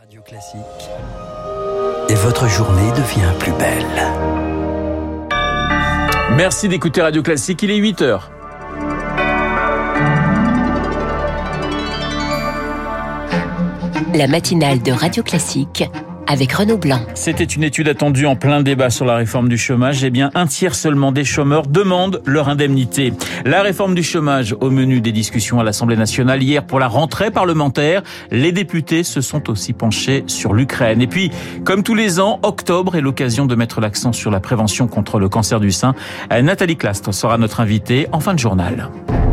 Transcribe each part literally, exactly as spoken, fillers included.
Radio Classique. Et votre journée devient plus belle. Merci d'écouter Radio Classique, il est huit heures. La matinale de Radio Classique avec Renaud Blanc. C'était une étude attendue en plein débat sur la réforme du chômage. Eh bien, un tiers seulement des chômeurs demandent leur indemnité. La réforme du chômage au menu des discussions à l'Assemblée nationale hier pour la rentrée parlementaire. Les députés se sont aussi penchés sur l'Ukraine. Et puis, comme tous les ans, octobre est l'occasion de mettre l'accent sur la prévention contre le cancer du sein. Nathalie Clastre sera notre invitée en fin de journal.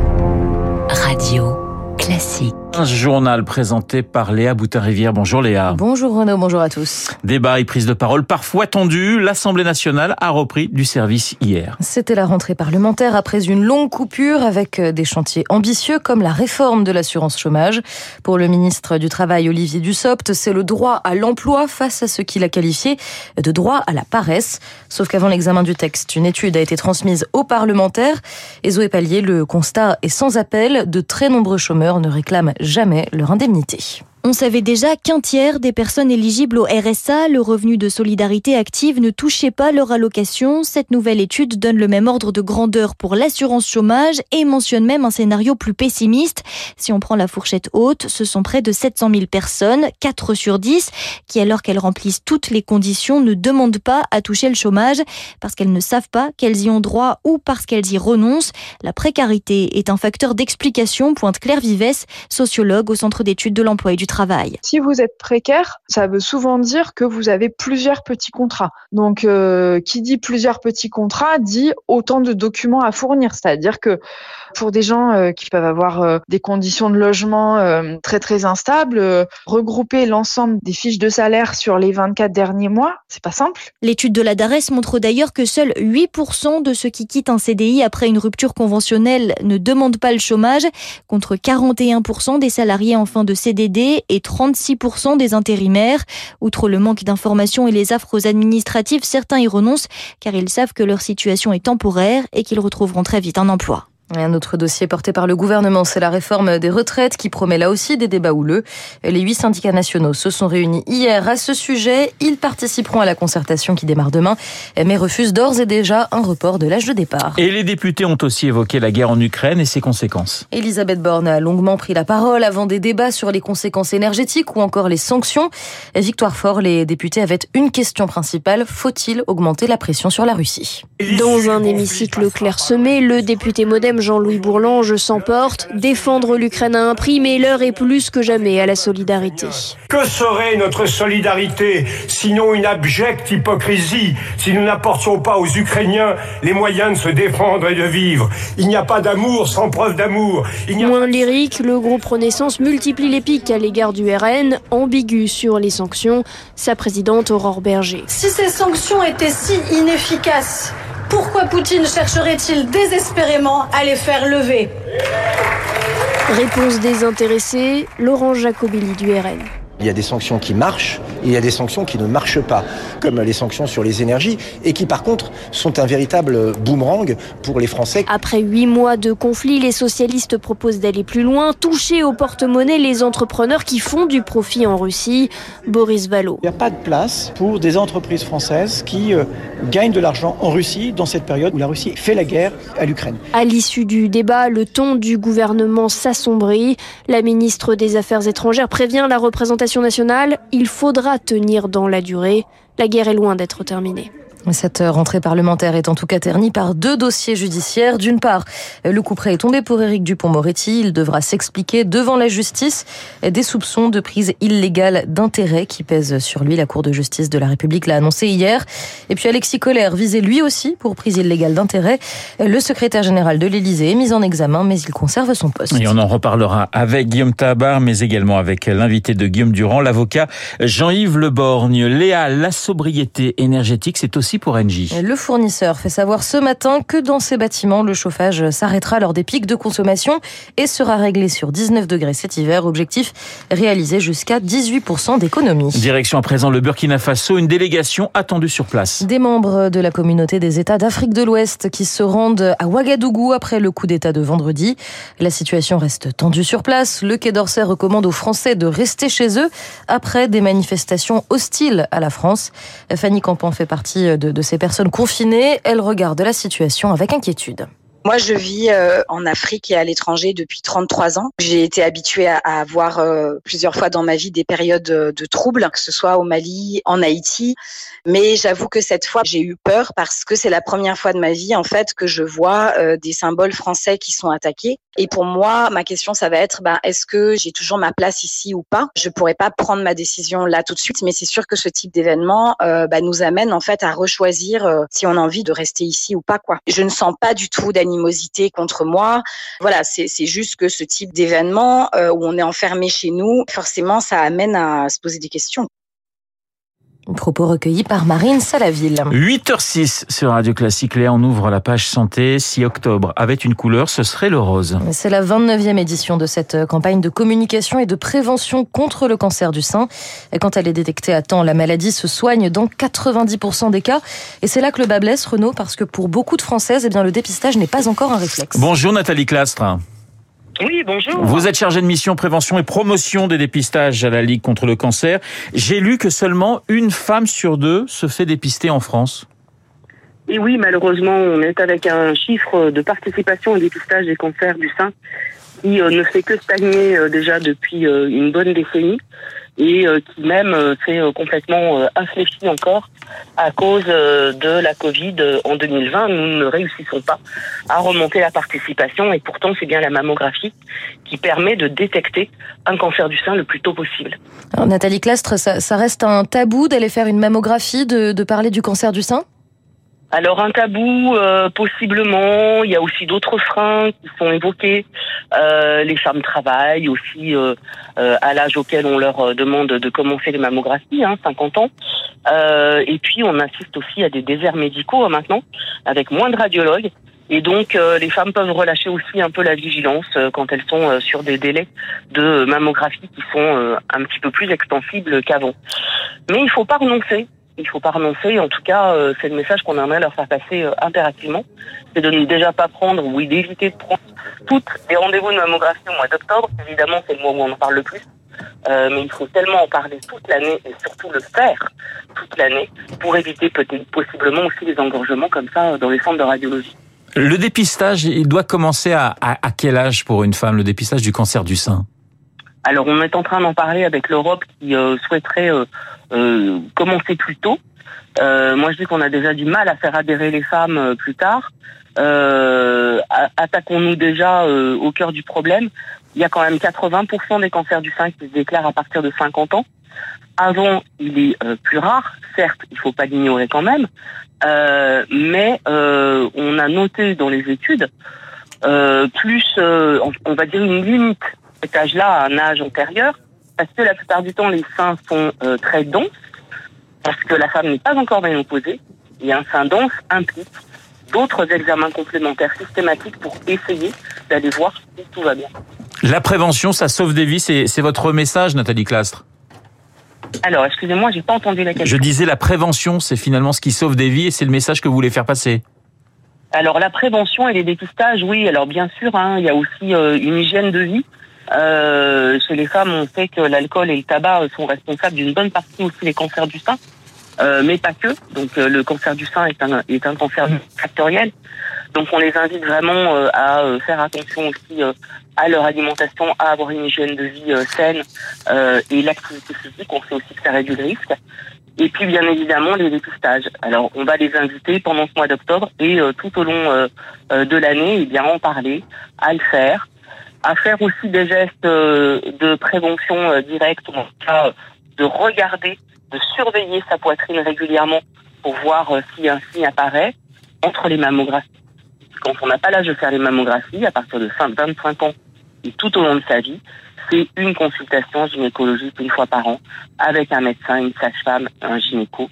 Radio Classique. Un journal présenté par Léa Boutin-Rivière. Bonjour Léa. Bonjour Renaud, bonjour à tous. Débat et prise de parole parfois tendue. L'Assemblée nationale a repris du service hier. C'était la rentrée parlementaire après une longue coupure avec des chantiers ambitieux comme la réforme de l'assurance chômage. Pour le ministre du Travail Olivier Dussopt, c'est le droit à l'emploi face à ce qu'il a qualifié de droit à la paresse. Sauf qu'avant l'examen du texte, une étude a été transmise aux parlementaires. Et Zoé Pallier, le constat est sans appel. De très nombreux chômeurs ne réclament jamais leur indemnité. On savait déjà qu'un tiers des personnes éligibles au R S A, le revenu de solidarité active, ne touchaient pas leur allocation. Cette nouvelle étude donne le même ordre de grandeur pour l'assurance chômage et mentionne même un scénario plus pessimiste. Si on prend la fourchette haute, ce sont près de sept cent mille personnes, quatre sur dix, qui alors qu'elles remplissent toutes les conditions ne demandent pas à toucher le chômage parce qu'elles ne savent pas qu'elles y ont droit ou parce qu'elles y renoncent. La précarité est un facteur d'explication, pointe Claire Vivès, sociologue au Centre d'études de l'emploi et du travail. Travail. Si vous êtes précaire, ça veut souvent dire que vous avez plusieurs petits contrats. Donc, euh, qui dit plusieurs petits contrats dit autant de documents à fournir. C'est-à-dire que pour des gens euh, qui peuvent avoir euh, des conditions de logement euh, très très instables, euh, regrouper l'ensemble des fiches de salaire sur les vingt-quatre derniers mois, c'est pas simple. L'étude de la DARES montre d'ailleurs que seuls huit pour cent de ceux qui quittent un C D I après une rupture conventionnelle ne demandent pas le chômage, contre quarante et un pour cent des salariés en fin de C D D et trente-six pour cent des intérimaires. Outre le manque d'informations et les affres administratives, certains y renoncent car ils savent que leur situation est temporaire et qu'ils retrouveront très vite un emploi. Un autre dossier porté par le gouvernement, c'est la réforme des retraites qui promet là aussi des débats houleux. Les huit syndicats nationaux se sont réunis hier à ce sujet. Ils participeront à la concertation qui démarre demain, mais refusent d'ores et déjà un report de l'âge de départ. Et les députés ont aussi évoqué la guerre en Ukraine et ses conséquences. Elisabeth Borne a longuement pris la parole avant des débats sur les conséquences énergétiques ou encore les sanctions. Victoire Fort, les députés avaient une question principale. Faut-il augmenter la pression sur la Russie ? Dans un hémicycle clairsemé, le député Modem Jean-Louis Bourlange s'emporte. Défendre l'Ukraine à un prix, mais l'heure est plus que jamais à la solidarité. Que serait notre solidarité sinon une abjecte hypocrisie si nous n'apportions pas aux Ukrainiens les moyens de se défendre et de vivre? Il n'y a pas d'amour sans preuve d'amour. Il n'y a... Moins lyrique, le groupe Renaissance multiplie les piques à l'égard du R N, ambigu sur les sanctions. Sa présidente Aurore Berger. Si ces sanctions étaient si inefficaces, pourquoi Poutine chercherait-il désespérément à les faire lever ? Réponse désintéressée, Laurent Jacobelli du R N. Il y a des sanctions qui marchent et il y a des sanctions qui ne marchent pas, comme les sanctions sur les énergies, et qui par contre sont un véritable boomerang pour les Français. Après huit mois de conflit, les socialistes proposent d'aller plus loin, toucher au porte-monnaie les entrepreneurs qui font du profit en Russie. Boris Vallaud. Il n'y a pas de place pour des entreprises françaises qui euh, gagnent de l'argent en Russie dans cette période où la Russie fait la guerre à l'Ukraine. À l'issue du débat, le ton du gouvernement s'assombrit. La ministre des Affaires étrangères prévient la représentation nationale, il faudra tenir dans la durée. La guerre est loin d'être terminée. Cette rentrée parlementaire est en tout cas ternie par deux dossiers judiciaires. D'une part, le couperet est tombé pour Éric Dupond-Moretti. Il devra s'expliquer devant la justice des soupçons de prise illégale d'intérêt qui pèsent sur lui. La Cour de justice de la République l'a annoncé hier. Et puis Alexis Collère, visé lui aussi pour prise illégale d'intérêt. Le secrétaire général de l'Élysée est mis en examen, mais il conserve son poste. Et on en reparlera avec Guillaume Tabar, mais également avec l'invité de Guillaume Durand, l'avocat Jean-Yves Le Borgne. Léa, la sobriété énergétique, c'est aussi aussi pour Engie. Le fournisseur fait savoir ce matin que dans ces bâtiments, le chauffage s'arrêtera lors des pics de consommation et sera réglé sur dix-neuf degrés cet hiver. Objectif, réaliser jusqu'à dix-huit pour cent d'économie. Direction à présent le Burkina Faso, une délégation attendue sur place. Des membres de la communauté des États d'Afrique de l'Ouest qui se rendent à Ouagadougou après le coup d'État de vendredi. La situation reste tendue sur place. Le Quai d'Orsay recommande aux Français de rester chez eux après des manifestations hostiles à la France. Fanny Campan fait partie de, de ces personnes confinées. Elle regarde la situation avec inquiétude. Moi, je vis euh, en Afrique et à l'étranger depuis trente-trois ans. J'ai été habituée à, à avoir euh, plusieurs fois dans ma vie des périodes de, de troubles, que ce soit au Mali, en Haïti. Mais j'avoue que cette fois, j'ai eu peur parce que c'est la première fois de ma vie, en fait, que je vois euh, des symboles français qui sont attaqués. Et pour moi, ma question, ça va être, bah, est-ce que j'ai toujours ma place ici ou pas ? Je pourrais pas prendre ma décision là tout de suite, mais c'est sûr que ce type d'événement euh, bah, nous amène en fait à rechoisir euh, si on a envie de rester ici ou pas, quoi. Je ne sens pas du tout d'animosité contre moi. Voilà, c'est, c'est juste que ce type d'événement euh, où on est enfermé chez nous, forcément, ça amène à se poser des questions. Propos recueillis par Marine Salaville. huit heures six sur Radio Classique. Léa, on ouvre la page santé. Si octobre avait une couleur, ce serait le rose. C'est la vingt-neuvième édition de cette campagne de communication et de prévention contre le cancer du sein. Et quand elle est détectée à temps, la maladie se soigne dans quatre-vingt-dix pour cent des cas. Et c'est là que le bas blesse, Renaud, parce que pour beaucoup de Françaises, eh bien, le dépistage n'est pas encore un réflexe. Bonjour Nathalie Clastre. Oui, bonjour. Vous êtes chargée de mission prévention et promotion des dépistages à la Ligue contre le cancer. J'ai lu que seulement une femme sur deux se fait dépister en France. Et oui, malheureusement, on est avec un chiffre de participation au dépistage des cancers du sein qui euh, ne fait que stagner euh, déjà depuis euh, une bonne décennie et euh, qui même euh, s'est euh, complètement euh, infléchi encore à cause euh, de la Covid euh, en deux mille vingt. Nous ne réussissons pas à remonter la participation et pourtant c'est bien la mammographie qui permet de détecter un cancer du sein le plus tôt possible. Alors, Nathalie Clastre, ça, ça reste un tabou d'aller faire une mammographie, de, de parler du cancer du sein ? Alors un tabou, euh, possiblement. Il y a aussi d'autres freins qui sont évoqués. Euh, les femmes travaillent aussi euh, euh, à l'âge auquel on leur demande de commencer les mammographies, hein, cinquante ans. Euh, et puis on assiste aussi à des déserts médicaux hein, maintenant, avec moins de radiologues. Et donc euh, les femmes peuvent relâcher aussi un peu la vigilance euh, quand elles sont euh, sur des délais de mammographie qui sont euh, un petit peu plus extensibles qu'avant. Mais il faut pas renoncer. Il ne faut pas renoncer. En tout cas, euh, c'est le message qu'on aimerait leur faire passer euh, impérativement. C'est de ne déjà pas prendre ou d'éviter de prendre toutes les rendez-vous de mammographie au mois d'octobre. Évidemment, c'est le mois où on en parle le plus. Euh, mais il faut tellement en parler toute l'année et surtout le faire toute l'année pour éviter peut-être possiblement aussi les engorgements comme ça dans les centres de radiologie. Le dépistage, il doit commencer à, à, à quel âge pour une femme, le dépistage du cancer du sein ? Alors, on est en train d'en parler avec l'Europe qui euh, souhaiterait euh, euh, commencer plus tôt. Euh, moi, je dis qu'on a déjà du mal à faire adhérer les femmes euh, plus tard. Euh, attaquons-nous déjà euh, au cœur du problème. Il y a quand même quatre-vingts pour cent des cancers du sein qui se déclarent à partir de cinquante ans. Avant, il est euh, plus rare. Certes, il ne faut pas l'ignorer quand même. Euh, mais euh, on a noté dans les études euh, plus, euh, on va dire, une limite cet âge-là à un âge antérieur, parce que la plupart du temps, les seins sont euh, très denses, parce que la femme n'est pas encore ménopausée, et un sein dense implique d'autres examens complémentaires systématiques pour essayer d'aller voir si tout va bien. La prévention, ça sauve des vies, c'est, c'est votre message, Nathalie Clastre. Alors, excusez-moi, j'ai pas entendu la question. Je disais la prévention, c'est finalement ce qui sauve des vies, et c'est le message que vous voulez faire passer. Alors, la prévention et les dépistages, oui, alors bien sûr, hein, il y a aussi euh, une hygiène de vie. Euh, chez les femmes, on sait que l'alcool et le tabac sont responsables d'une bonne partie aussi des cancers du sein, euh, mais pas que. Donc euh, le cancer du sein est un, est un cancer factoriel. Donc on les invite vraiment euh, à euh, faire attention aussi euh, à leur alimentation, à avoir une hygiène de vie euh, saine euh, et l'activité physique. On sait aussi que ça réduit le risque. Et puis bien évidemment les dépistages. Alors on va les inviter pendant ce mois d'octobre et euh, tout au long euh, euh, de l'année, eh bien en parler, à le faire. À faire aussi des gestes euh, de prévention euh, directe, en tout cas de regarder, de surveiller sa poitrine régulièrement pour voir euh, si un signe apparaît entre les mammographies. Quand on n'a pas l'âge de faire les mammographies, à partir de vingt-cinq ans et tout au long de sa vie, c'est une consultation gynécologique une fois par an avec un médecin, une sage-femme, un gynéco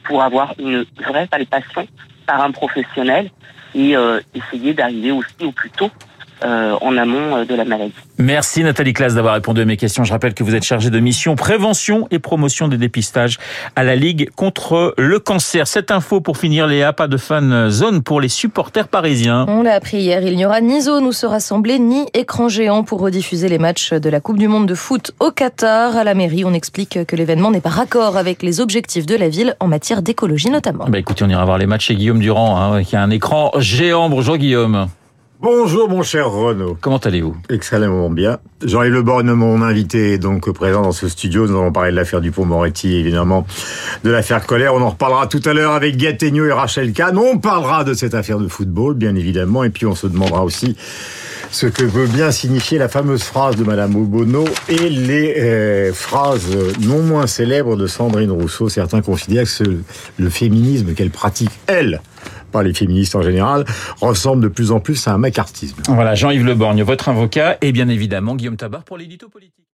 pour avoir une vraie palpation par un professionnel et euh, essayer d'arriver aussi au plus tôt Euh, en amont de la maladie. Merci Nathalie Claes d'avoir répondu à mes questions. Je rappelle que vous êtes chargée de mission prévention et promotion des dépistages à la Ligue contre le cancer. Cette info pour finir, Léa, pas de fan zone pour les supporters parisiens. On l'a appris hier, il n'y aura ni zone où se rassembler, ni écran géant pour rediffuser les matchs de la Coupe du Monde de foot au Qatar. À la mairie, on explique que l'événement n'est pas raccord avec les objectifs de la ville en matière d'écologie notamment. Bah écoutez, on ira voir les matchs chez Guillaume Durand, hein, qui a un écran géant. Bonjour Guillaume. Bonjour mon cher Renaud. Comment allez-vous? Extrêmement bien. Jean-Yves Le Borgne, mon invité, est donc présent dans ce studio. Nous allons parler de l'affaire Dupond-Moretti, évidemment, de l'affaire Colère. On en reparlera tout à l'heure avec Gattegno et Rachel Kahn. On parlera de cette affaire de football, bien évidemment, et puis on se demandera aussi ce que veut bien signifier la fameuse phrase de Madame Obono et les euh, phrases non moins célèbres de Sandrine Rousseau. Certains considèrent que ce, le féminisme qu'elle pratique, elle, pas les féministes en général, ressemble de plus en plus à un macartisme. Voilà, Jean-Yves Le Borgne, votre avocat, et bien évidemment Guillaume Tabar pour l'édito politique.